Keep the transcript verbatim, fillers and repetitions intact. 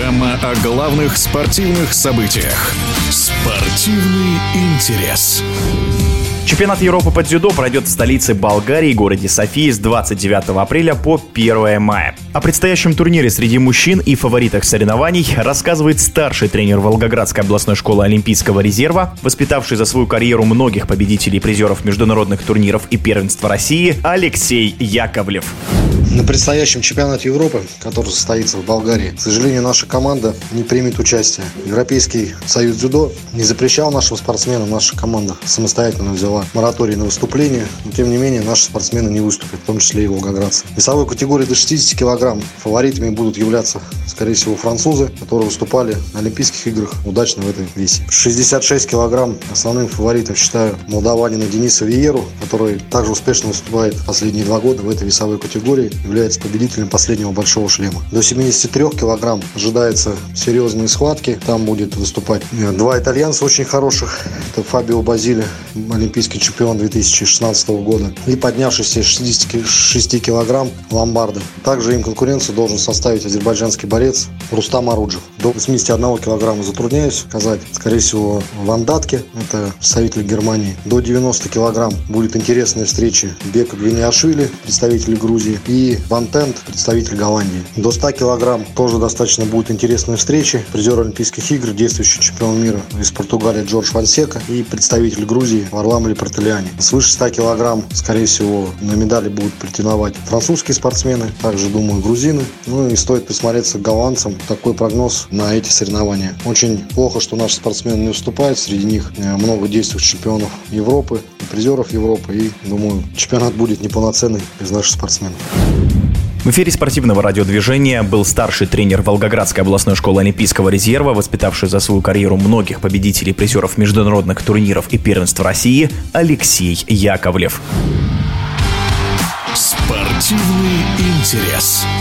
Программа о главных спортивных событиях. Спортивный интерес. Чемпионат Европы по дзюдо пройдет в столице Болгарии, городе София, с двадцать девятого апреля по первое мая. О предстоящем турнире среди мужчин и фаворитах соревнований рассказывает старший тренер Волгоградской областной школы Олимпийского резерва, воспитавший за свою карьеру многих победителей и призеров международных турниров и первенства России, Алексей Яковлев. На предстоящем чемпионате Европы, который состоится в Болгарии, к сожалению, наша команда не примет участие. Европейский союз дзюдо не запрещал нашим спортсменам, наша команда самостоятельно взяла мораторий на выступление, но тем не менее наши спортсмены не выступят, в том числе и волгоградцы. В весовой категории до шестидесяти килограмм фаворитами будут являться, скорее всего, французы, которые выступали на Олимпийских играх удачно в этой весе. шестьдесят шесть килограмм основным фаворитом считаю молдаванина Дениса Виеру, который также успешно выступает последние два года в этой весовой категории, является победителем последнего большого шлема. До семидесяти трёх килограмм ожидаются серьезные схватки. Там будет выступать два итальянца очень хороших. Это Фабио Базили, олимпийский чемпион две тысячи шестнадцатого года, и поднявшийся с шестидесяти шести килограмм Ломбардо. Также им конкуренцию должен составить азербайджанский борец Рустам Аруджев. До восьмидесяти одного килограмма затрудняюсь сказать. Скорее всего, Вандатке, это представитель Германии. До девяноста килограмм будет интересная встреча Бека Гвиниашвили, представитель Грузии, и Ван Тент, представитель Голландии. До ста килограмм тоже достаточно будет интересной встречи. Призер Олимпийских игр, действующий чемпион мира из Португалии Джордж Фонсека и представитель Грузии Варлам Лепартеляни. Свыше ста килограмм, скорее всего, на медали будут претендовать французские спортсмены, также, думаю, грузины. Ну и стоит присмотреться к голландцам. Такой прогноз на эти соревнования. Очень плохо, что наши спортсмены не выступают. Среди них много действующих чемпионов Европы, призеров Европы. И, думаю, чемпионат будет неполноценный без наших спортсменов. В эфире спортивного радиодвижения был старший тренер Волгоградской областной школы Олимпийского резерва, воспитавший за свою карьеру многих победителей и призеров международных турниров и первенств России, Алексей Яковлев. Спортивный интерес.